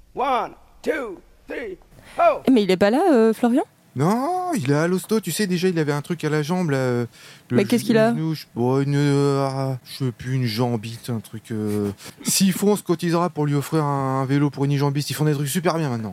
One, two, three, ho! Mais il est pas là, Florian ? Non, il est à l'hosto, tu sais, déjà il avait un truc à la jambe là. Mais qu'est-ce qu'il a ? Je sais plus, une jambite, un truc. S'il faut, on se cotisera pour lui offrir un vélo pour une jambiste. Ils font des trucs super bien maintenant.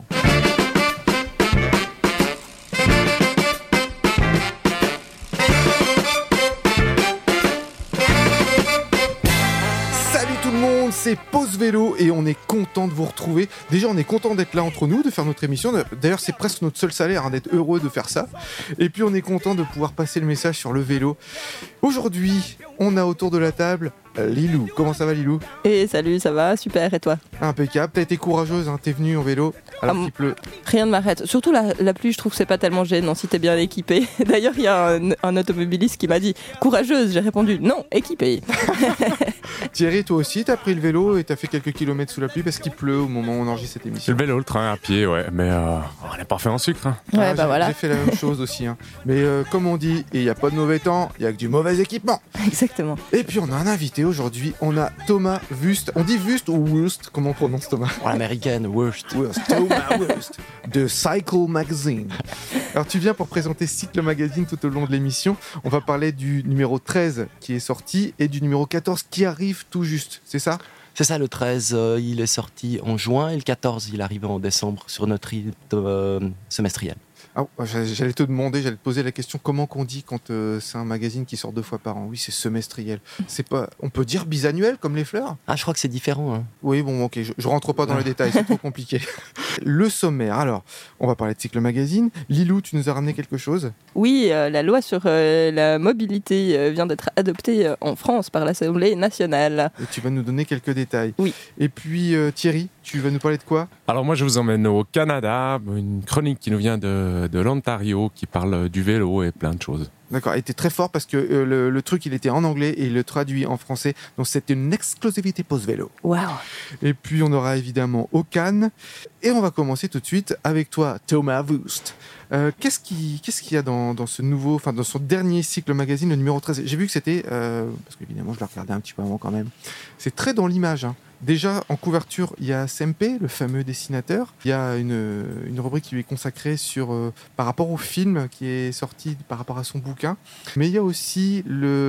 C'est Pause Vélo et on est content de vous retrouver. Déjà, on est content d'être là entre nous, de faire notre émission. D'ailleurs, c'est presque notre seul salaire d'être heureux de faire ça. Et puis, on est content de pouvoir passer le message sur le vélo. Aujourd'hui, on a autour de la table Lilou. Comment ça va, Lilou ? Et salut, ça va ? Super, et toi ? Impeccable. T'as été courageuse, hein. T'es venue en vélo alors qu'il pleut. Rien ne m'arrête. Surtout la pluie, je trouve que c'est pas tellement gênant si t'es bien équipé. D'ailleurs, il y a un automobiliste qui m'a dit « Courageuse », j'ai répondu « Non, équipée ». Thierry, toi aussi, t'as pris le vélo et t'as fait quelques kilomètres sous la pluie parce qu'il pleut au moment où on enregistre cette émission. Le vélo, le train, à pied, ouais. Mais on n'est pas fait en sucre. Hein. Ouais, voilà. J'ai fait la même chose aussi. Hein. Mais comme on dit, il n'y a pas de mauvais temps, il n'y a que du mauvais équipement. Exactement. Et puis on a un invité aujourd'hui, on a Thomas Wust. On dit Wust ou Wust ? Comment on prononce, Thomas ? Pour l'américaine, Wurst. Thomas Wust, de Cycle Magazine. Alors tu viens pour présenter Cycle Magazine tout au long de l'émission. On va parler du numéro 13 qui est sorti et du numéro 14 qui arrive tout juste, c'est ça ? C'est ça, le 13, il est sorti en juin et le 14, il arrive en décembre sur notre rythme semestriel. Ah, j'allais te poser la question, comment qu'on dit quand c'est un magazine qui sort 2 fois par an ? Oui, c'est semestriel. C'est pas, on peut dire bisannuel comme les fleurs ? Ah, je crois que c'est différent. Hein. Oui, bon, ok, je rentre pas dans les détails, c'est trop compliqué. Le sommaire, alors, on va parler de Cycle Magazine. Lilou, tu nous as ramené quelque chose ? Oui, la loi sur la mobilité vient d'être adoptée en France par l'Assemblée nationale. Et tu vas nous donner quelques détails. Oui. Et puis Thierry, tu vas nous parler de quoi ? Alors moi, je vous emmène au Canada, une chronique qui nous vient de l'Ontario, qui parle du vélo et plein de choses. D'accord, et t'es très fort parce que le truc, il était en anglais et il le traduit en français. Donc, c'était une exclusivité Pause Vélo. Waouh. Et puis, on aura évidemment Ocane. Et on va commencer tout de suite avec toi, Thomas Wust. Qu'est-ce qu'il y a dans ce nouveau, enfin, dans son dernier Cycle Magazine, le numéro 13 ? J'ai vu que c'était, parce qu'évidemment, je l'ai regardé un petit peu avant quand même. C'est très dans l'image, hein. Déjà, en couverture, il y a Sempe, le fameux dessinateur. Il y a une rubrique qui lui est consacrée par rapport au film qui est sorti par rapport à son bouquin. Mais il y a aussi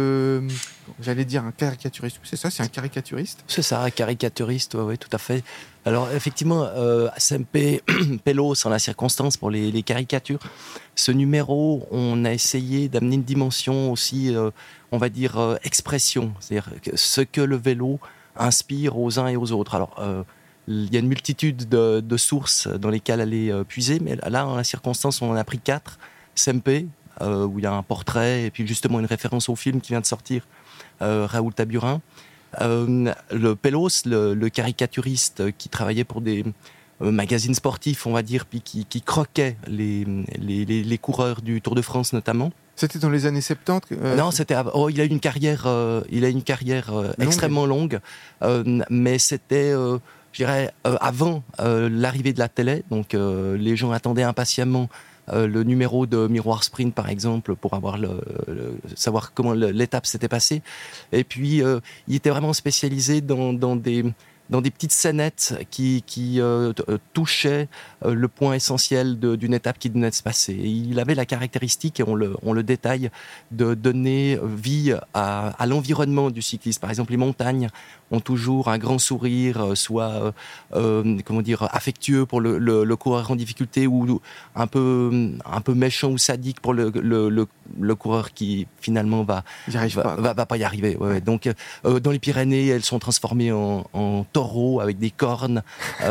un caricaturiste. C'est ça, c'est un caricaturiste ? C'est ça, un caricaturiste, oui, tout à fait. Alors, effectivement, Sempe Pelos en la circonstance pour les caricatures. Ce numéro, on a essayé d'amener une dimension aussi, on va dire, expression. C'est-à-dire ce que le vélo inspire aux uns et aux autres. Alors, il y a une multitude de sources dans lesquelles aller puiser, mais là, en la circonstance, on en a pris 4. Sempe, où il y a un portrait, et puis justement une référence au film qui vient de sortir, Raoul Taburin. Le Pelos, le caricaturiste qui travaillait pour des magazines sportifs, on va dire, puis qui croquait les coureurs du Tour de France notamment. C'était dans les années 70 Non, c'était il a une carrière extrêmement longue, mais c'était, je dirais, avant l'arrivée de la télé. Donc, les gens attendaient impatiemment le numéro de Miroir Sprint, par exemple, pour savoir comment l'étape s'était passée. Et puis, il était vraiment spécialisé dans des petites scénettes qui touchaient le point essentiel d'une étape qui venait de se passer. Et il avait la caractéristique, et on le détaille, de donner vie à l'environnement du cycliste. Par exemple, les montagnes ont toujours un grand sourire, soit affectueux pour le coureur en difficulté, ou un peu méchant ou sadique pour le coureur qui finalement va pas y arriver. Ouais. Donc dans les Pyrénées, elles sont transformées en taureaux avec des cornes.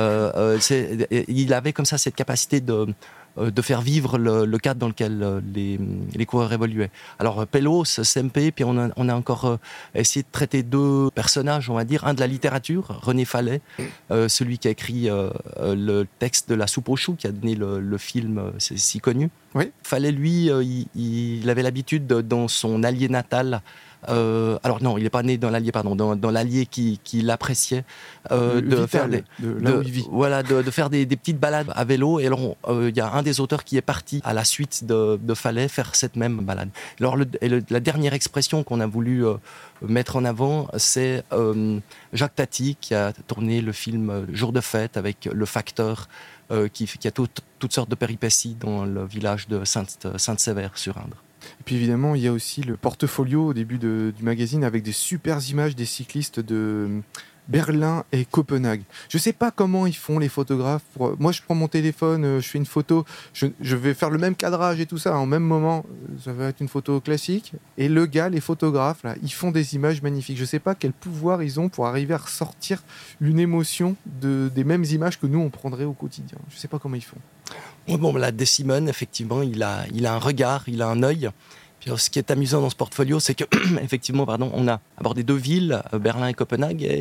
Il avait comme ça cette capacité de faire vivre le cadre dans lequel les coureurs évoluaient. Alors Pelos, Sempe, puis on a encore essayé de traiter 2 personnages, on va dire, un de la littérature, René Fallet, celui qui a écrit le texte de La soupe aux choux, qui a donné le film si connu. Oui. Fallet, lui, il avait l'habitude, dans son Allier natal, alors non, il n'est pas né dans l'Allier, pardon, dans l'Allier qui l'appréciait, de faire des petites balades à vélo. Et alors, il y a un des auteurs qui est parti à la suite de Falais faire cette même balade. Alors, la dernière expression qu'on a voulu mettre en avant, c'est Jacques Tati qui a tourné le film Jour de fête avec le facteur qui a toutes sortes de péripéties dans le village de Sainte-Sévère-sur-Indre. Et puis évidemment, il y a aussi le portfolio au début du magazine avec des super images des cyclistes de Berlin et Copenhague. Je ne sais pas comment ils font les photographes. Moi, je prends mon téléphone, je fais une photo, je vais faire le même cadrage et tout ça en même moment. Ça va être une photo classique. Et le gars, les photographes, là, ils font des images magnifiques. Je ne sais pas quel pouvoir ils ont pour arriver à ressortir une émotion des mêmes images que nous, on prendrait au quotidien. Je ne sais pas comment ils font. Bon, là, Decimon, effectivement, il a un regard, il a un œil. Puis, ce qui est amusant dans ce portfolio, c'est que, effectivement, on a abordé 2 villes, Berlin et Copenhague, et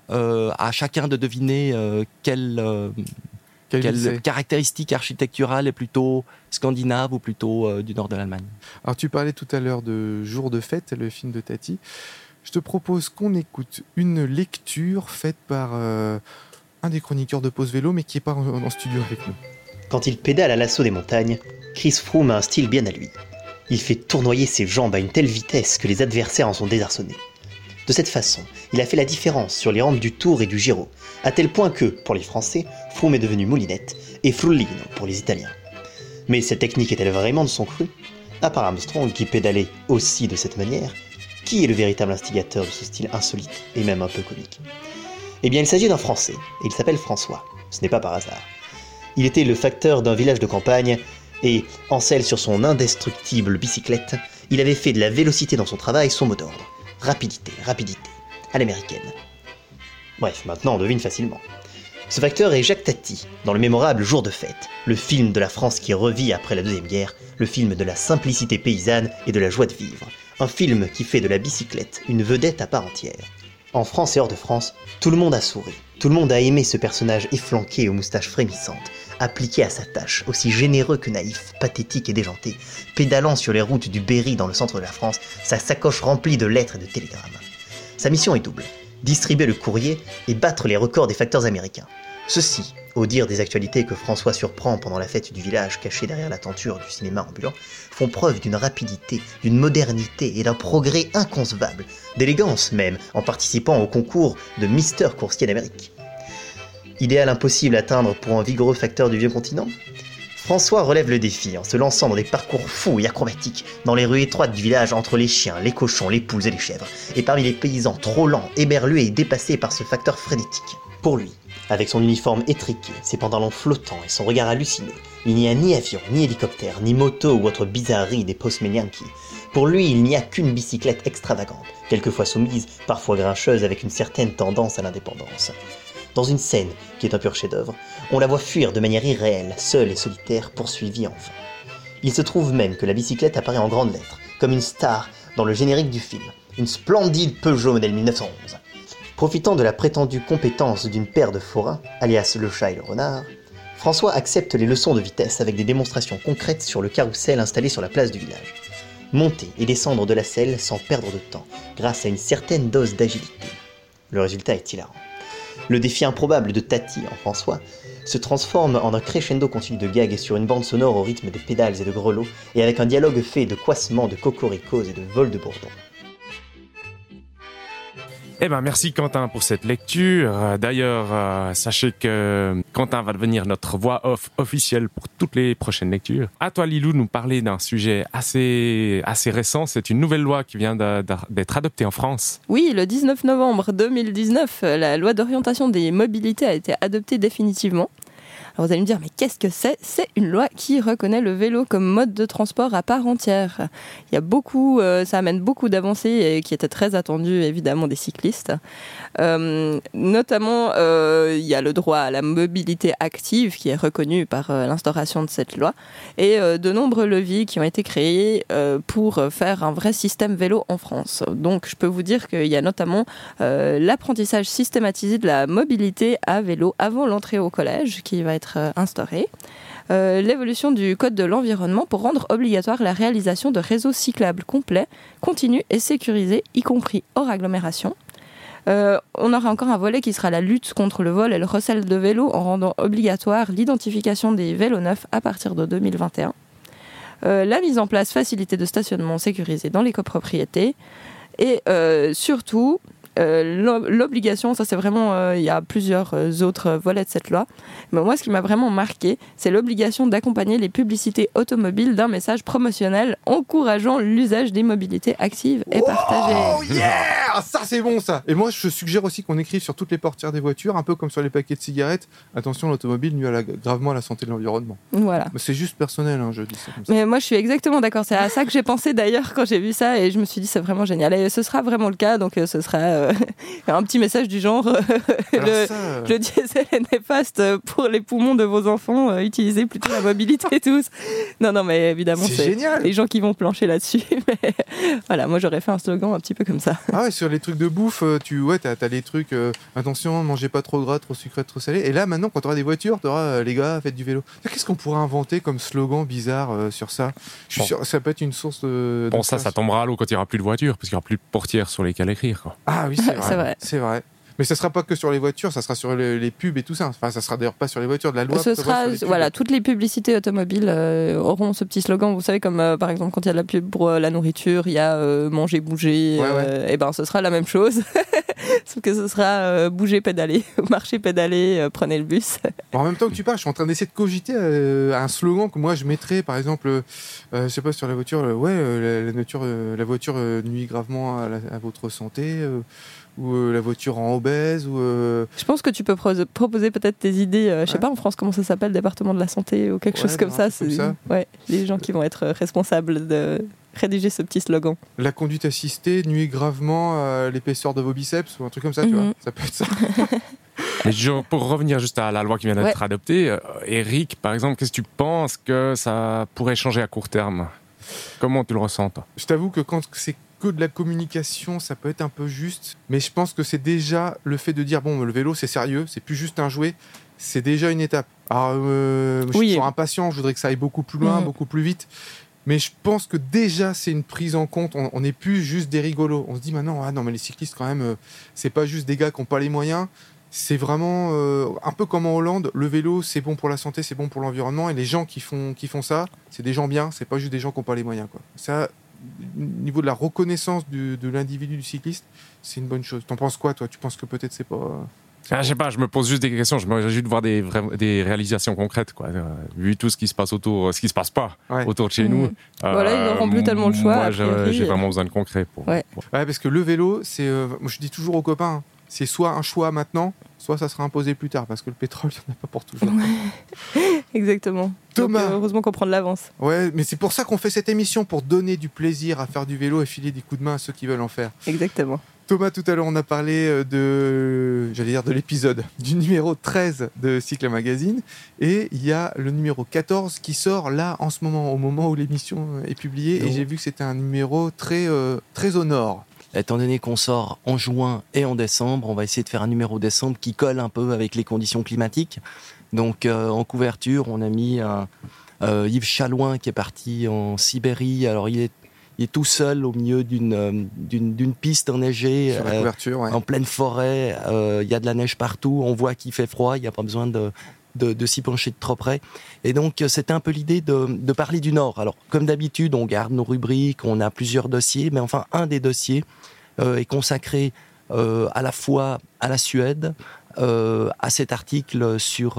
à chacun de deviner quelle caractéristique architecturale est plutôt scandinave ou plutôt du nord de l'Allemagne. Alors, tu parlais tout à l'heure de Jour de fête, le film de Tati. Je te propose qu'on écoute une lecture faite par un des chroniqueurs de Pause Vélo, mais qui n'est pas en studio avec nous. Quand il pédale à l'assaut des montagnes, Chris Froome a un style bien à lui. Il fait tournoyer ses jambes à une telle vitesse que les adversaires en sont désarçonnés. De cette façon, il a fait la différence sur les rampes du Tour et du Giro, à tel point que, pour les Français, Froome est devenu Moulinette et Frullino pour les Italiens. Mais cette technique est-elle vraiment de son cru ? À part Armstrong, qui pédalait aussi de cette manière, qui est le véritable instigateur de ce style insolite et même un peu comique ? Eh bien, il s'agit d'un Français, et il s'appelle François. Ce n'est pas par hasard. Il était le facteur d'un village de campagne, et, en selle sur son indestructible bicyclette, il avait fait de la vélocité dans son travail son mot d'ordre. Rapidité, à l'américaine. Bref, maintenant on devine facilement. Ce facteur est Jacques Tati, dans le mémorable Jour de fête, le film de la France qui revit après la Deuxième Guerre, le film de la simplicité paysanne et de la joie de vivre. Un film qui fait de la bicyclette une vedette à part entière. En France et hors de France, tout le monde a souri. Tout le monde a aimé ce personnage efflanqué aux moustaches frémissantes, appliqué à sa tâche, aussi généreux que naïf, pathétique et déjanté, pédalant sur les routes du Berry dans le centre de la France, sa sacoche remplie de lettres et de télégrammes. Sa mission est double, distribuer le courrier et battre les records des facteurs américains. Ceci, au dire des actualités que François surprend pendant la fête du village caché derrière la tenture du cinéma ambulant, font preuve d'une rapidité, d'une modernité et d'un progrès inconcevable, d'élégance même, en participant au concours de Mister Coursier d'Amérique. Idéal impossible à atteindre pour un vigoureux facteur du vieux continent ? François relève le défi en se lançant dans des parcours fous et acrobatiques dans les rues étroites du village entre les chiens, les cochons, les poules et les chèvres, et parmi les paysans trop lents, éberlués et dépassés par ce facteur frénétique. Pour lui, avec son uniforme étriqué, ses pantalons flottants et son regard halluciné, il n'y a ni avion, ni hélicoptère, ni moto ou autre bizarrerie des postmen yankees. Pour lui, il n'y a qu'une bicyclette extravagante, quelquefois soumise, parfois grincheuse avec une certaine tendance à l'indépendance. Dans une scène qui est un pur chef-d'œuvre, on la voit fuir de manière irréelle, seule et solitaire, poursuivie enfin. Il se trouve même que la bicyclette apparaît en grandes lettres, comme une star dans le générique du film, une splendide Peugeot modèle 1911. Profitant de la prétendue compétence d'une paire de forains, alias le chat et le renard, François accepte les leçons de vitesse avec des démonstrations concrètes sur le carrousel installé sur la place du village. Monter et descendre de la selle sans perdre de temps, grâce à une certaine dose d'agilité. Le résultat est hilarant. Le défi improbable de Tati en François se transforme en un crescendo continu de gags sur une bande sonore au rythme de pédales et de grelots et avec un dialogue fait de coissements, de cocoricos et de vols de bourdon. Eh ben, merci Quentin pour cette lecture. D'ailleurs, sachez que Quentin va devenir notre voix off officielle pour toutes les prochaines lectures. À toi, Lilou, nous parler d'un sujet assez récent. C'est une nouvelle loi qui vient d'être adoptée en France. Oui, le 19 novembre 2019, la loi d'orientation des mobilités a été adoptée définitivement. Alors vous allez me dire, mais qu'est-ce que c'est ? C'est une loi qui reconnaît le vélo comme mode de transport à part entière. Il y a beaucoup, ça amène beaucoup d'avancées et qui étaient très attendues évidemment des cyclistes. Notamment, il y a le droit à la mobilité active qui est reconnu par l'instauration de cette loi et de nombreux leviers qui ont été créés pour faire un vrai système vélo en France. Donc je peux vous dire qu'il y a notamment l'apprentissage systématisé de la mobilité à vélo avant l'entrée au collège qui va être être instaurée. L'évolution du code de l'environnement pour rendre obligatoire la réalisation de réseaux cyclables complets, continus et sécurisés, y compris hors agglomération. On aura encore un volet qui sera la lutte contre le vol et le recel de vélos en rendant obligatoire l'identification des vélos neufs à partir de 2021. La mise en place facilitée de stationnement sécurisé dans les copropriétés et surtout l'obligation, ça c'est vraiment, il y a plusieurs autres volets de cette loi, mais moi ce qui m'a vraiment marqué, c'est l'obligation d'accompagner les publicités automobiles d'un message promotionnel encourageant l'usage des mobilités actives et partagées. Oh yeah, ça c'est bon ça. Et moi je suggère aussi qu'on écrive sur toutes les portières des voitures, un peu comme sur les paquets de cigarettes, attention l'automobile nuit gravement à la santé de l'environnement. Voilà. Mais c'est juste personnel, hein, je dis ça comme ça. Mais moi je suis exactement d'accord, c'est à ça que j'ai pensé d'ailleurs quand j'ai vu ça et je me suis dit c'est vraiment génial et ce sera vraiment le cas, donc ce sera un petit message du genre le diesel est néfaste pour les poumons de vos enfants, utilisez plutôt la mobilité tous. Non mais évidemment c'est génial. Les gens qui vont plancher là-dessus, mais voilà, moi j'aurais fait un slogan un petit peu comme ça. Ah ouais, sur les trucs de bouffe, t'as les trucs attention, mangez pas trop gras, trop sucré, trop salé. Et là maintenant quand t'auras des voitures, t'auras les gars, faites du vélo. Qu'est-ce qu'on pourrait inventer comme slogan bizarre sur ça? Je suis sûr, ça peut être une source de Bon, ça tombera à l'eau quand il n'y aura plus de voitures, parce qu'il n'y aura plus de portières sur lesquelles écrire, quoi. Ah oui, c'est vrai. C'est vrai. Mais ça sera pas que sur les voitures, ça sera sur les pubs et tout ça. Enfin, ça sera d'ailleurs pas sur les voitures de la loi. Ce sera, voilà, toutes les publicités automobiles auront ce petit slogan. Vous savez, comme par exemple quand il y a de la pub pour la nourriture, il y a manger, bouger. Et ben, ce sera la même chose, sauf que ce sera bouger, pédaler, marcher, pédaler, prenez le bus. En même temps que tu parles, je suis en train d'essayer de cogiter un slogan que moi je mettrais, par exemple, je sais pas, sur la voiture. La voiture nuit gravement à votre santé. Ou la voiture en obèse ou Je pense que tu peux proposer peut-être tes idées, je sais pas en France comment ça s'appelle, département de la santé ou quelque chose comme ça. C'est les gens qui vont être responsables de rédiger ce petit slogan. La conduite assistée nuit gravement à l'épaisseur de vos biceps ou un truc comme ça, tu vois. Ça peut être ça. Mais pour revenir juste à la loi qui vient d'être adoptée, Eric, par exemple, qu'est-ce que tu penses que ça pourrait changer à court terme? Comment tu le ressens, toi? Je t'avoue que quand c'est que de la communication, ça peut être un peu juste, mais je pense que c'est déjà le fait de dire bon, le vélo c'est sérieux, c'est plus juste un jouet, c'est déjà une étape. Alors je suis toujours impatient, je voudrais que ça aille beaucoup plus loin, beaucoup plus vite, mais je pense que déjà c'est une prise en compte. On n'est plus juste des rigolos, on se dit maintenant non mais les cyclistes quand même, c'est pas juste des gars qui n'ont pas les moyens. C'est vraiment un peu comme en Hollande, le vélo c'est bon pour la santé, c'est bon pour l'environnement, et les gens qui font ça, c'est des gens bien, c'est pas juste des gens qui n'ont pas les moyens, quoi. Ça, au niveau de la reconnaissance de l'individu, du cycliste, c'est une bonne chose. T'en penses quoi, toi? Tu penses que peut-être c'est pas... Je sais pas, je me pose juste des questions, je me réjouis de voir des réalisations concrètes, quoi. Vu tout ce qui se passe autour, ce qui se passe pas autour de chez nous. Voilà, ils n'auront plus tellement le choix. Moi, j'ai vraiment besoin de concret. Ouais, parce que le vélo, c'est... moi, je dis toujours aux copains, c'est soit un choix maintenant, soit ça sera imposé plus tard, parce que le pétrole, il n'y en a pas pour toujours. Exactement. Thomas. Donc, heureusement qu'on prend de l'avance. Ouais, mais c'est pour ça qu'on fait cette émission, pour donner du plaisir à faire du vélo et filer des coups de main à ceux qui veulent en faire. Exactement. Thomas, tout à l'heure, on a parlé de l'épisode, du numéro 13 de Cycle Magazine. Et il y a le numéro 14 qui sort là, en ce moment, au moment où l'émission est publiée. Et j'ai vu que c'était un numéro très au nord. Étant donné qu'on sort en juin et en décembre, on va essayer de faire un numéro décembre qui colle un peu avec les conditions climatiques. Donc en couverture, on a mis Yves Chalouin qui est parti en Sibérie. Alors il est tout seul au milieu d'une piste enneigée, sur la couverture, en pleine forêt. Il y a de la neige partout. On voit qu'il fait froid. Il n'y a pas besoin de s'y pencher de trop près. Et donc, c'était un peu l'idée de parler du Nord. Alors, comme d'habitude, on garde nos rubriques, on a plusieurs dossiers, mais enfin, un des dossiers est consacré à la fois à la Suède, à cet article sur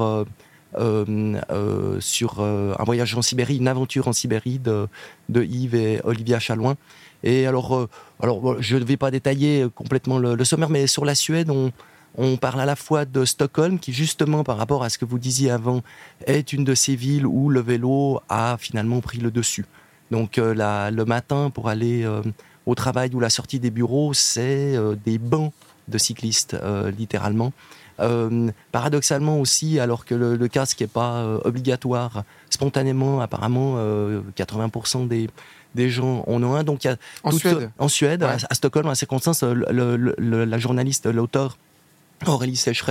un voyage en Sibérie, une aventure en Sibérie de Yves et Olivia Chalouin. Et alors je ne vais pas détailler complètement le sommaire, mais sur la Suède, on parle à la fois de Stockholm, qui justement, par rapport à ce que vous disiez avant, est une de ces villes où le vélo a finalement pris le dessus. Donc le matin, pour aller au travail ou la sortie des bureaux, c'est des bancs de cyclistes, littéralement. Paradoxalement aussi, alors que le casque n'est pas obligatoire, spontanément, apparemment, 80% des gens en ont un. Donc, il y a en Suède, ouais. À Stockholm, à circonstance, la journaliste, l'auteur Aurélie Sécheret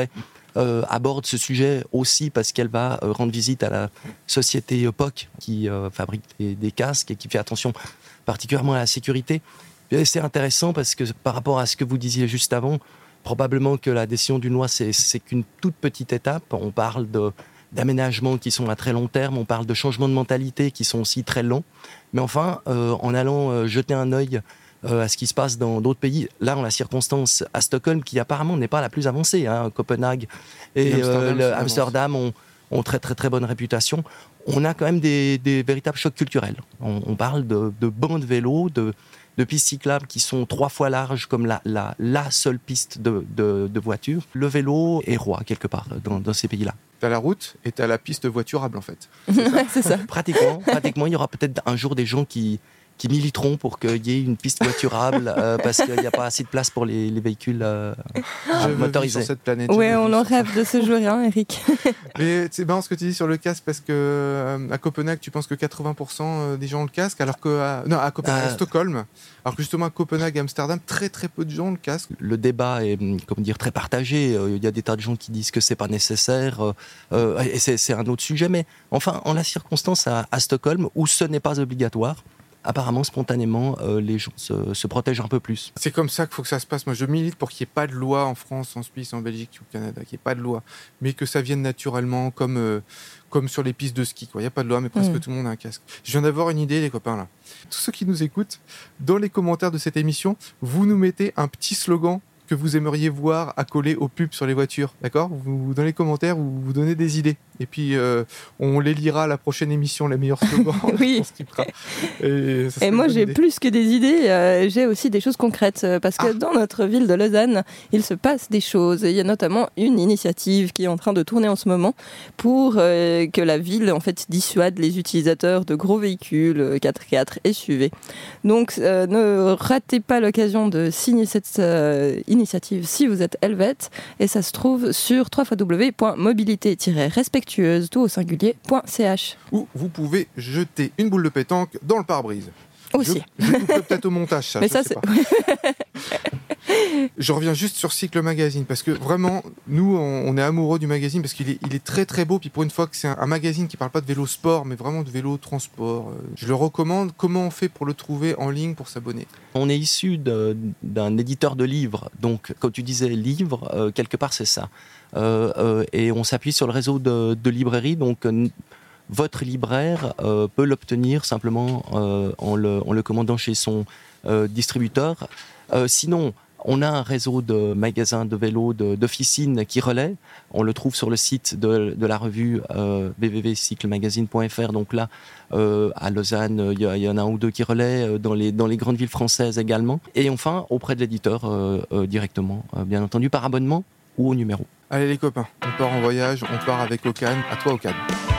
aborde ce sujet aussi parce qu'elle va rendre visite à la société POC qui fabrique des casques et qui fait attention particulièrement à la sécurité. Et c'est intéressant parce que par rapport à ce que vous disiez juste avant, probablement que la décision d'une loi, c'est qu'une toute petite étape. On parle d'aménagements qui sont à très long terme, on parle de changements de mentalité qui sont aussi très longs. Mais enfin, en allant jeter un œil à ce qui se passe dans d'autres pays, là, en la circonstance, à Stockholm, qui apparemment n'est pas la plus avancée, Copenhague et Amsterdam ont très très très bonne réputation. On a quand même des véritables chocs culturels. On parle de bancs de vélo, de pistes cyclables qui sont 3 fois larges comme la seule piste de voiture. Le vélo est roi quelque part dans ces pays-là. T'as la route et t'as la piste voiturable en fait. C'est ça. Pratiquement, il y aura peut-être un jour des gens qui militeront pour qu'il y ait une piste voiturable parce qu'il n'y a pas assez de place pour les véhicules motorisés. Sur cette planète. Ouais, on en rêve de ce jour, Eric. Mais c'est marrant ce que tu dis sur le casque parce que à Copenhague, tu penses que 80% des gens ont le casque, alors que à Stockholm, alors que justement à Copenhague et Amsterdam, très très peu de gens ont le casque. Le débat est très partagé. Il y a des tas de gens qui disent que c'est pas nécessaire et c'est un autre sujet. Mais enfin, en la circonstance à Stockholm où ce n'est pas obligatoire. Apparemment, spontanément, les gens se protègent un peu plus. C'est comme ça qu'il faut que ça se passe. Moi, je milite pour qu'il n'y ait pas de loi en France, en Suisse, en Belgique ou au Canada, qu'il n'y ait pas de loi, mais que ça vienne naturellement, comme sur les pistes de ski. Il n'y a pas de loi, mais presque tout le monde a un casque. Je viens d'avoir une idée, les copains, là. Tous ceux qui nous écoutent, dans les commentaires de cette émission, vous nous mettez un petit slogan que vous aimeriez voir accolé aux pubs sur les voitures, d'accord ? Vous dans les commentaires, vous donnez des idées. Et puis, on les lira à la prochaine émission, les meilleurs slogans. Oui. Et moi, j'ai plus que des idées, j'ai aussi des choses concrètes. Parce que dans notre ville de Lausanne, il se passe des choses. Il y a notamment une initiative qui est en train de tourner en ce moment pour que la ville, en fait, dissuade les utilisateurs de gros véhicules 4x4 et SUV. Donc, ne ratez pas l'occasion de signer cette initiative si vous êtes helvète. Et ça se trouve sur www.mobilité-respectueuse tout au singulier.ch. Où vous pouvez jeter une boule de pétanque dans le pare-brise. Aussi. Je couperai peut-être au montage, ça. Mais je ça, sais c'est... pas. Je reviens juste sur Cycle Magazine parce que vraiment, nous, on est amoureux du magazine parce qu'il est très très beau. Puis pour une fois que c'est un magazine qui parle pas de vélo sport, mais vraiment de vélo transport, je le recommande. Comment on fait pour le trouver en ligne, pour s'abonner ? On est issu d'un éditeur de livres, donc quand tu disais livre, quelque part c'est ça. Et on s'appuie sur le réseau de librairies, donc votre libraire peut l'obtenir simplement en le commandant chez son distributeur. Sinon, on a un réseau de magasins de vélos, d'officines qui relaient. On le trouve sur le site de la revue www.cyclemagazine.fr. Donc là, à Lausanne, il y en a un ou deux qui relaient, dans les grandes villes françaises également. Et enfin, auprès de l'éditeur directement, bien entendu, par abonnement ou au numéro. Allez les copains, on part en voyage, on part avec Okan. À toi Okan.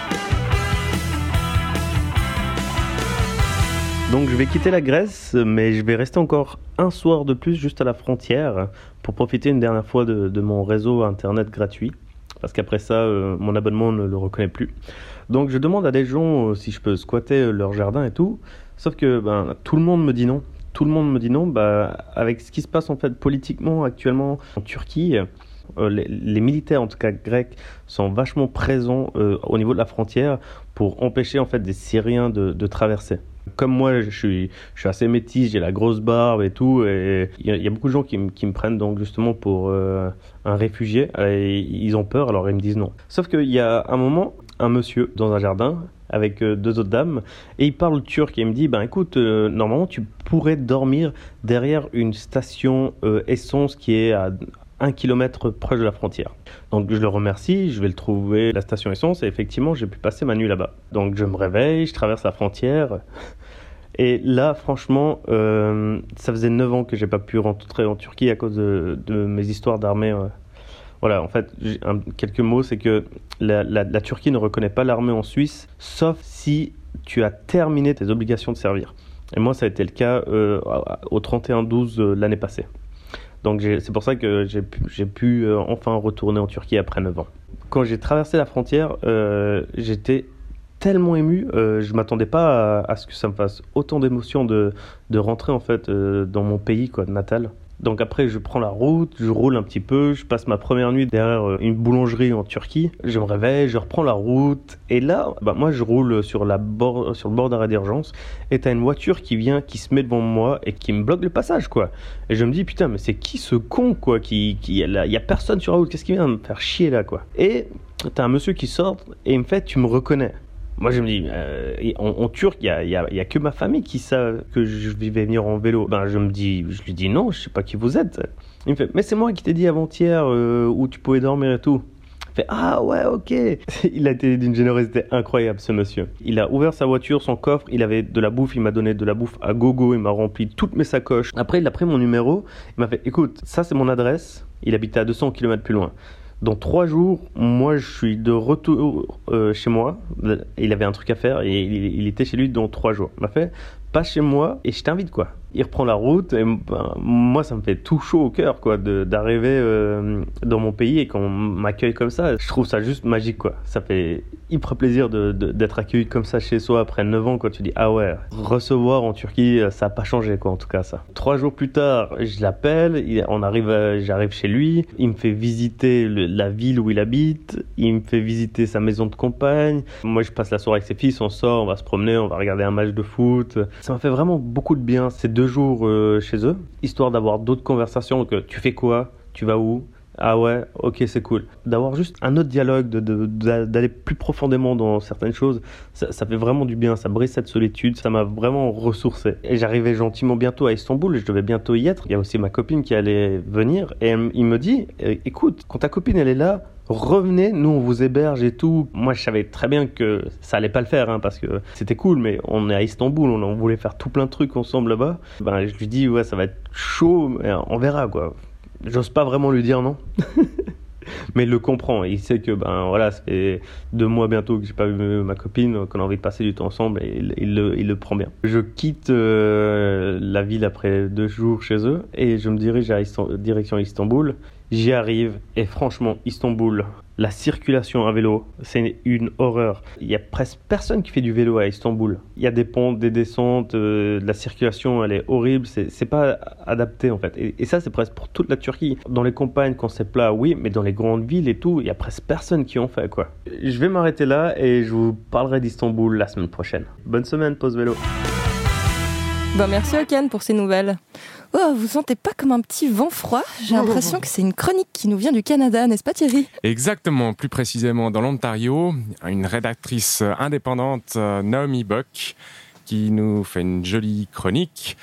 Donc je vais quitter la Grèce, mais je vais rester encore un soir de plus juste à la frontière pour profiter une dernière fois de mon réseau internet gratuit. Parce qu'après ça, mon abonnement ne le reconnaît plus. Donc je demande à des gens si je peux squatter leur jardin et tout. Sauf que tout le monde me dit non. Tout le monde me dit non. Avec ce qui se passe en fait politiquement actuellement en Turquie, les militaires en tout cas grecs sont vachement présents au niveau de la frontière pour empêcher en fait des Syriens de traverser. Comme moi, je suis assez métis, j'ai la grosse barbe et tout, et il y a beaucoup de gens qui me prennent donc justement pour un réfugié, et ils ont peur, alors ils me disent non. Sauf qu'il y a un moment, un monsieur dans un jardin avec deux autres dames, et il parle turc, et il me dit, écoute, normalement tu pourrais dormir derrière une station essence qui est à 1 kilomètre proche de la frontière. Donc je le remercie, je vais le trouver, la station essence, et effectivement j'ai pu passer ma nuit là-bas. Donc je me réveille, je traverse la frontière, et là franchement, ça faisait 9 ans que j'ai pas pu rentrer en Turquie à cause de mes histoires d'armée. Voilà, en fait, quelques mots, c'est que la Turquie ne reconnaît pas l'armée en Suisse, sauf si tu as terminé tes obligations de servir. Et moi ça a été le cas au 31/12 l'année passée. Donc c'est pour ça que j'ai pu enfin retourner en Turquie après 9 ans. Quand j'ai traversé la frontière, j'étais tellement ému, je m'attendais pas à ce que ça me fasse autant d'émotion de rentrer en fait dans mon pays natal. Donc après, je prends la route, je roule un petit peu, je passe ma première nuit derrière une boulangerie en Turquie. Je me réveille, je reprends la route. Et là, moi, je roule sur le bord d'arrêt d'urgence. Et t'as une voiture qui vient, qui se met devant moi et qui me bloque le passage, quoi. Et je me dis, putain, mais c'est qui ce con, quoi, il y a personne sur la route, qu'est-ce qui vient me faire chier, là, quoi. Et t'as un monsieur qui sort et il me fait, tu me reconnais. Moi, je me dis, en Turc, il y a que ma famille qui savent que je vais venir en vélo. Je lui dis non, je sais pas qui vous êtes. Il me fait, mais c'est moi qui t'ai dit avant-hier où tu pouvais dormir et tout. Il fait, ah ouais, ok. Il a été d'une générosité incroyable, ce monsieur. Il a ouvert sa voiture, son coffre, il avait de la bouffe, il m'a donné de la bouffe à gogo, il m'a rempli toutes mes sacoches. Après, il a pris mon numéro, il m'a fait, écoute, ça c'est mon adresse. Il habitait à 200 km plus loin. Dans 3 jours, moi, je suis de retour chez moi. Il avait un truc à faire et il était chez lui dans 3 jours. Il m'a fait, pas chez moi et je t'invite, quoi. Il reprend la route et moi, ça me fait tout chaud au cœur, quoi, d'arriver dans mon pays et qu'on m'accueille comme ça. Je trouve ça juste magique, quoi. Ça fait hyper plaisir d'être accueilli comme ça chez soi après 9 ans, quand tu dis, ah ouais, recevoir en Turquie, ça n'a pas changé, quoi, en tout cas, ça. 3 jours plus tard, je l'appelle, j'arrive chez lui, il me fait visiter la ville où il habite, il me fait visiter sa maison de campagne. Moi, je passe la soirée avec ses fils, on sort, on va se promener, on va regarder un match de foot. Ça m'a fait vraiment beaucoup de bien, ces 2 jours chez eux, histoire d'avoir d'autres conversations, que tu fais quoi, tu vas où, ah ouais, ok, c'est cool. D'avoir juste un autre dialogue, d'aller plus profondément dans certaines choses, ça fait vraiment du bien, ça brise cette solitude, ça m'a vraiment ressourcé. Et j'arrivais gentiment bientôt à Istanbul, je devais bientôt y être. Il y a aussi ma copine qui allait venir, et il me dit, écoute, quand ta copine elle est là, revenez, nous on vous héberge et tout. Moi je savais très bien que ça allait pas le faire, parce que c'était cool, mais on est à Istanbul, on voulait faire tout plein de trucs ensemble là-bas. Je lui dis, ouais, ça va être chaud, mais on verra, quoi. J'ose pas vraiment lui dire non. Mais il le comprend, il sait que voilà, ça fait 2 mois bientôt que j'ai pas vu ma copine, qu'on a envie de passer du temps ensemble, et il le prend bien. Je quitte la ville après 2 jours chez eux et je me dirige direction Istanbul. J'y arrive et franchement, Istanbul, la circulation à vélo, c'est une horreur. Il y a presque personne qui fait du vélo à Istanbul. Il y a des ponts, des descentes, la circulation elle est horrible, c'est pas adapté en fait. Et ça c'est presque pour toute la Turquie. Dans les campagnes quand c'est plat, oui, mais dans les grandes villes et tout, il y a presque personne qui en fait, quoi. Je vais m'arrêter là et je vous parlerai d'Istanbul la semaine prochaine. Bonne semaine, Pause Vélo. Merci Okan pour ces nouvelles. Oh, vous sentez pas comme un petit vent froid ? J'ai l'impression que c'est une chronique qui nous vient du Canada, n'est-ce pas Thierry ? Exactement, plus précisément dans l'Ontario, une rédactrice indépendante, Naomi Buck, qui nous fait une jolie chronique.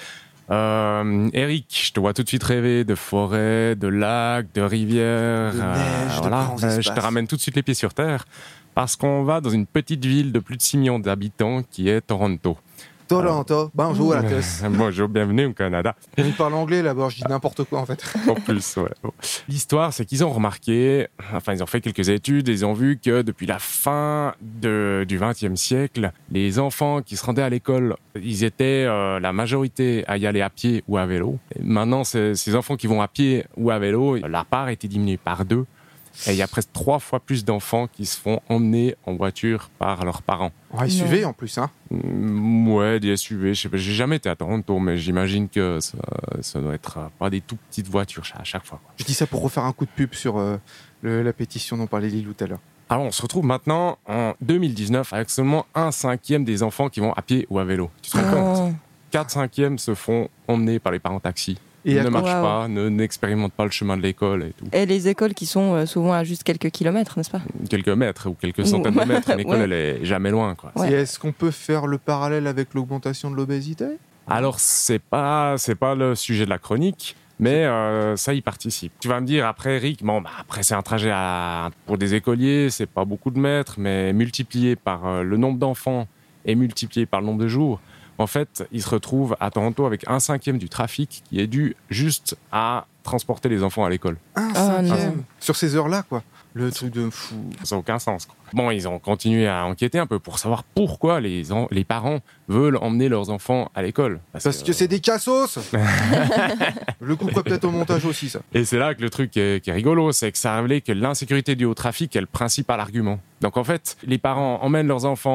Eric, je te vois tout de suite rêver de forêts, de lacs, de rivières. De neige, voilà. de grands espaces. Je te ramène tout de suite les pieds sur terre, parce qu'on va dans une petite ville de plus de 6 millions d'habitants qui est Toronto. Toronto, bonjour à tous. Bonjour, bienvenue au Canada. Il parle anglais là-bas, je dis n'importe quoi en fait. En plus, ouais. L'histoire, c'est qu'ils ont remarqué, ils ont fait quelques études et ils ont vu que depuis la fin du XXe siècle, les enfants qui se rendaient à l'école, ils étaient la majorité à y aller à pied ou à vélo. Et maintenant, ces enfants qui vont à pied ou à vélo, leur part a été diminuée par 2. Et il y a presque 3 fois plus d'enfants qui se font emmener en voiture par leurs parents. En SUV en plus, hein. Ouais, des SUV. Je sais pas, j'ai jamais été à Toronto, mais j'imagine que ça doit être pas des tout petites voitures à chaque fois, quoi. Je dis ça pour refaire un coup de pub sur la pétition dont parlait Lilou tout à l'heure. Alors, on se retrouve maintenant en 2019 avec seulement 1/5 des enfants qui vont à pied ou à vélo. Tu te rends compte ? 4/5 se font emmener par les parents taxis. Ils ne marchent pas, n'expérimentent pas le chemin de l'école et tout. Et les écoles qui sont souvent à juste quelques kilomètres, n'est-ce pas ? Quelques mètres ou quelques centaines de mètres. Une école, elle est jamais loin, quoi. Ouais. Et est-ce qu'on peut faire le parallèle avec l'augmentation de l'obésité ? Alors, c'est pas le sujet de la chronique, mais ça y participe. Tu vas me dire, après, Eric, après, c'est un trajet pour des écoliers, c'est pas beaucoup de mètres, mais multiplié par le nombre d'enfants et multiplié par le nombre de jours, en fait, ils se retrouvent à Toronto avec 1/5 du trafic qui est dû juste à transporter les enfants à l'école. 1/5 sur ces heures-là, quoi. Le truc de fou. Ça n'a aucun sens, quoi. Bon, ils ont continué à enquêter un peu pour savoir pourquoi les parents veulent emmener leurs enfants à l'école. Parce que c'est des cassos. Je le couperai peut-être au montage aussi, ça. Et c'est là que le truc qui est rigolo, c'est que ça a révélé que l'insécurité due au trafic est le principal argument. Donc en fait, les parents emmènent leurs enfants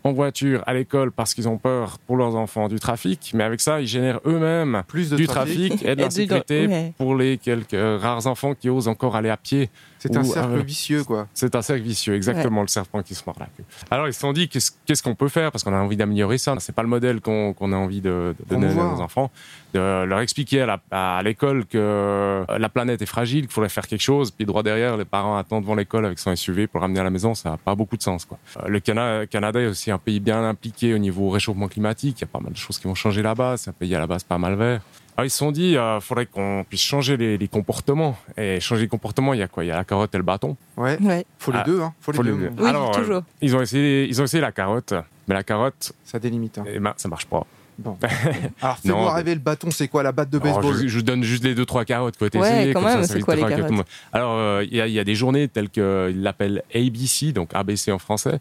en voiture à l'école parce qu'ils ont peur pour leurs enfants du trafic, mais avec ça, ils génèrent eux-mêmes Plus de du trafic et de l'insécurité pour les quelques rares enfants qui osent encore aller à pied. C'est un cercle vicieux, quoi. C'est un cercle vicieux, exactement, le serpent qui se mord la queue. Alors, ils se sont dit, qu'est-ce qu'on peut faire? Parce qu'on a envie d'améliorer ça. C'est pas le modèle qu'on a envie de donner à nos enfants. De leur expliquer à l'école que la planète est fragile, qu'il faudrait faire quelque chose. Puis, droit derrière, les parents attendent devant l'école avec son SUV pour le ramener à la maison. Ça n'a pas beaucoup de sens, quoi. Le Canada est aussi un pays bien impliqué au niveau réchauffement climatique. Il y a pas mal de choses qui vont changer là-bas. C'est un pays à la base pas mal vert. Alors, ils se sont dit, faudrait qu'on puisse changer les comportements. Et changer les comportements, il y a quoi? Il y a la carotte et le bâton. Ouais. Faut les deux, hein. Faut les deux. Oui, alors, toujours. Ils ont essayé la carotte, mais la carotte, ça délimite. Hein. Eh ben, ça marche pas. Bon. Alors, fais-moi rêver, le bâton, c'est quoi? La batte de baseball? Je donne juste les 2-3 carottes qu'il faut Ouais, essayer. quand comme même, ça c'est quoi les carottes? Alors, il y a des journées telles qu'ils l'appellent ABC, donc ABC en français.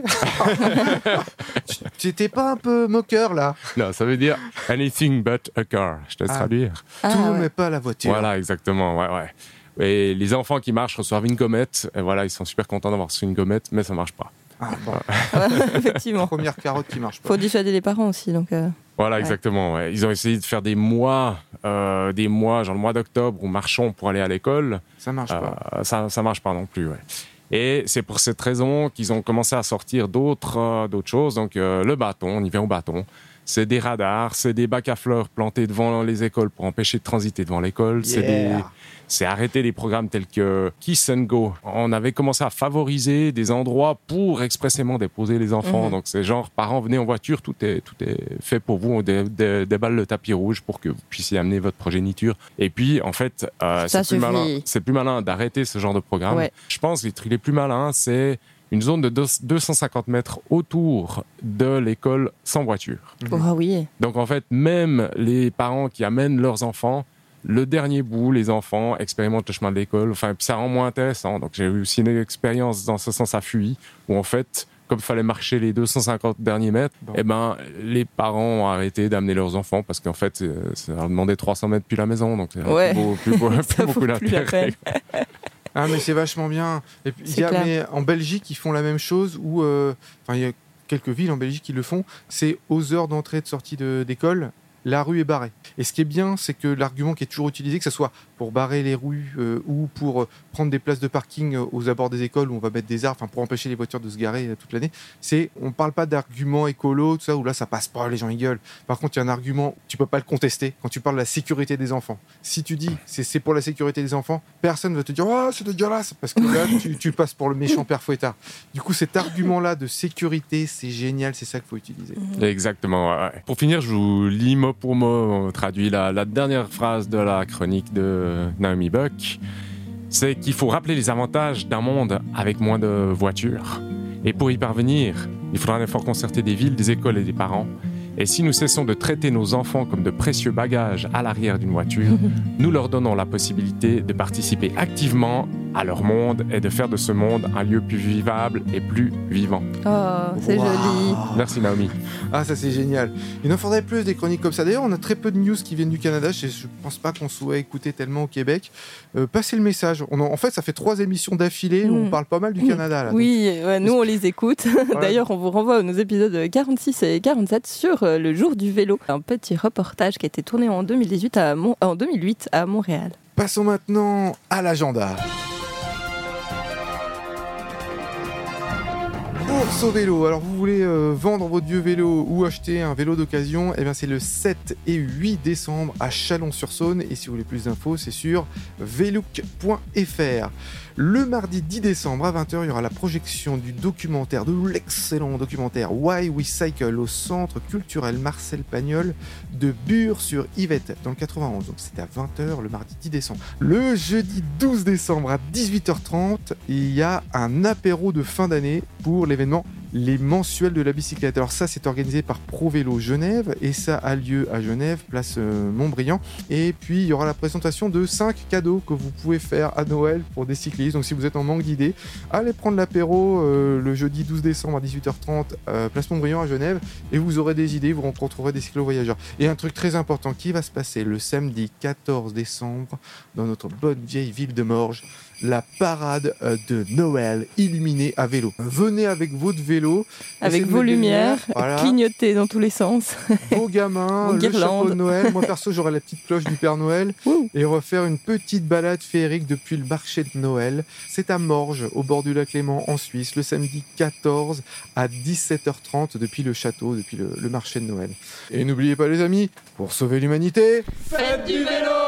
Tu n'étais pas un peu moqueur, là? Non, ça veut dire anything but a car. Je te laisse traduire. Tout, mais pas la voiture. Voilà, exactement, ouais. Et les enfants qui marchent reçoivent une gommette. Et voilà, ils sont super contents d'avoir reçu une gommette, mais ça marche pas. Ah, bon. Effectivement. Première carotte qui marche pas. Faut dissuader les parents aussi, donc. Voilà, exactement. Ouais. Ils ont essayé de faire des mois, genre le mois d'octobre, où marchons pour aller à l'école. Ça marche pas. Ça marche pas non plus. Ouais. Et c'est pour cette raison qu'ils ont commencé à sortir d'autres choses. Donc le bâton, on y vient au bâton. C'est des radars, c'est des bacs à fleurs plantés devant les écoles pour empêcher de transiter devant l'école. C'est arrêter des programmes tels que Kiss and Go. On avait commencé à favoriser des endroits pour expressément déposer les enfants. Donc c'est genre, parents, venez en voiture, tout est fait pour vous. On déballe le tapis rouge pour que vous puissiez amener votre progéniture. Et puis, en fait, c'est plus malin d'arrêter ce genre de programme. Ouais. Je pense que les trucs les plus malins, c'est une zone de 250 mètres autour de l'école sans voiture. Oh, oui. Donc, en fait, même les parents qui amènent leurs enfants, le dernier bout, les enfants expérimentent le chemin de l'école. Enfin, ça rend moins intéressant. Donc, j'ai eu aussi une expérience dans ce sens à Fuy, où en fait, comme il fallait marcher les 250 derniers mètres, les parents ont arrêté d'amener leurs enfants parce qu'en fait, ça leur demandait 300 mètres depuis la maison. Donc, plus beaucoup d'intérêt. Ah, mais c'est vachement bien. Et puis, mais en Belgique, ils font la même chose où, il y a quelques villes en Belgique qui le font. C'est aux heures d'entrée et de sortie d'école, la rue est barrée. Et ce qui est bien, c'est que l'argument qui est toujours utilisé, que ce soit pour barrer les rues ou pour prendre des places de parking aux abords des écoles où on va mettre des arbres, pour empêcher les voitures de se garer toute l'année, on ne parle pas d'argument écolo, tout ça, où là ça passe pas, les gens ils gueulent. Par contre, il y a un argument, tu peux pas le contester quand tu parles de la sécurité des enfants. Si tu dis c'est pour la sécurité des enfants, personne ne va te dire oh c'est dégueulasse, parce que là tu passes pour le méchant père fouettard. Du coup, cet argument-là de sécurité, c'est génial, c'est ça qu'il faut utiliser. Exactement. Ouais. Pour finir, je vous lis mot pour mot traduit la dernière phrase de la chronique de Naomi Buck. C'est qu'il faut rappeler les avantages d'un monde avec moins de voitures. Et pour y parvenir, il faudra un effort concerté des villes, des écoles et des parents. Et si nous cessons de traiter nos enfants comme de précieux bagages à l'arrière d'une voiture, nous leur donnons la possibilité de participer activement à leur monde et de faire de ce monde un lieu plus vivable et plus vivant. Oh, c'est joli. Merci Naomi. Ah, ça c'est génial. Il en faudrait plus des chroniques comme ça. D'ailleurs, on a très peu de news qui viennent du Canada. Je pense pas qu'on soit écouté tellement au Québec. Passez le message. En fait, ça fait 3 émissions d'affilée où on parle pas mal du Canada. Là, oui, nous on les écoute. Ouais. D'ailleurs, on vous renvoie à nos épisodes 46 et 47 sur le jour du vélo. Un petit reportage qui a été tourné en 2008 à Montréal. Passons maintenant à l'agenda. Bourse au vélo. Alors vous voulez vendre votre vieux vélo ou acheter un vélo d'occasion, eh bien c'est le 7 et 8 décembre à Chalon-sur-Saône. Et si vous voulez plus d'infos, c'est sur velook.fr. Le mardi 10 décembre à 20h, il y aura la projection du documentaire, de l'excellent documentaire Why We Cycle au Centre culturel Marcel Pagnol de Bure-sur-Yvette dans le 91. Donc c'est à 20h le mardi 10 décembre. Le jeudi 12 décembre à 18h30, il y a un apéro de fin d'année pour l'événement Les Mensuels de la bicyclette. Alors ça, c'est organisé par ProVélo Genève et ça a lieu à Genève, place Montbriand. Et puis, il y aura la présentation de 5 cadeaux que vous pouvez faire à Noël pour des cyclistes. Donc si vous êtes en manque d'idées, allez prendre l'apéro le jeudi 12 décembre à 18h30, place Montbriand à Genève, et vous aurez des idées, vous rencontrerez des cyclo-voyageurs. Et un truc très important qui va se passer le samedi 14 décembre dans notre bonne vieille ville de Morges, la parade de Noël illuminée à vélo. Venez avec votre vélo vélo. Avec Essayer de vos mettre des lumières, voilà. clignoter dans tous les sens. Vos gamins, Vos le guirlandes. chapeau de Noël. Moi, perso, j'aurai la petite cloche du Père Noël. Ouh. Et refaire une petite balade féerique depuis le marché de Noël. C'est à Morges, au bord du lac Léman, en Suisse, le samedi 14 à 17h30 depuis le château, depuis le marché de Noël. Et n'oubliez pas, les amis, pour sauver l'humanité, Faites du vélo!